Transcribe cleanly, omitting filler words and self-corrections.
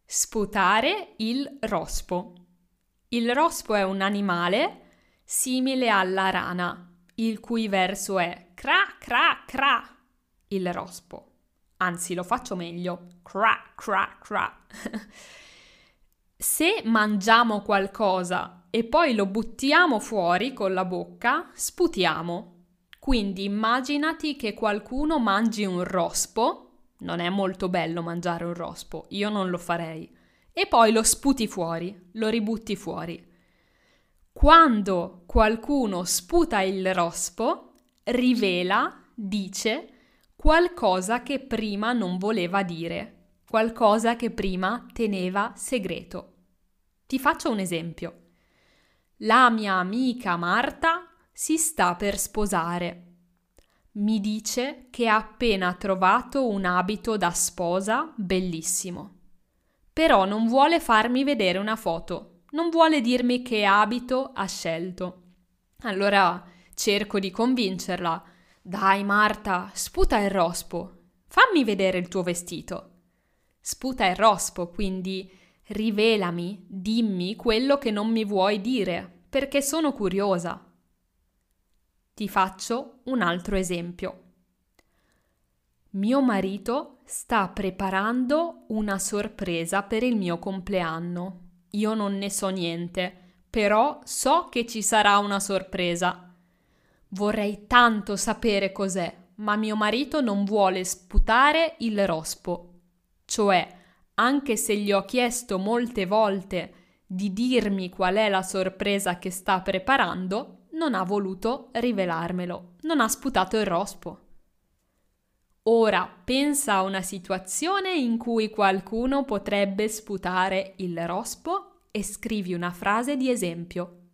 Sputare il rospo. Il rospo è un animale simile alla rana, il cui verso è cra cra cra. Il rospo. Anzi, lo faccio meglio. Cra cra cra. Se mangiamo qualcosa e poi lo buttiamo fuori con la bocca, sputiamo. Quindi immaginati che qualcuno mangi un rospo. Non è molto bello mangiare un rospo, io non lo farei. E poi lo sputi fuori, lo ributti fuori. Quando qualcuno sputa il rospo, rivela, dice qualcosa che prima non voleva dire, qualcosa che prima teneva segreto. Ti faccio un esempio. La mia amica Marta si sta per sposare. Mi dice che ha appena trovato un abito da sposa bellissimo. Però non vuole farmi vedere una foto, non vuole dirmi che abito ha scelto. Allora cerco di convincerla. Dai Marta, sputa il rospo, fammi vedere il tuo vestito. Sputa il rospo, quindi rivelami, dimmi quello che non mi vuoi dire, perché sono curiosa. Ti faccio un altro esempio. Mio marito sta preparando una sorpresa per il mio compleanno. Io non ne so niente, però so che ci sarà una sorpresa. Vorrei tanto sapere cos'è, ma mio marito non vuole sputare il rospo. Cioè, anche se gli ho chiesto molte volte di dirmi qual è la sorpresa che sta preparando, non ha voluto rivelarmelo, non ha sputato il rospo. Ora pensa a una situazione in cui qualcuno potrebbe sputare il rospo e scrivi una frase di esempio.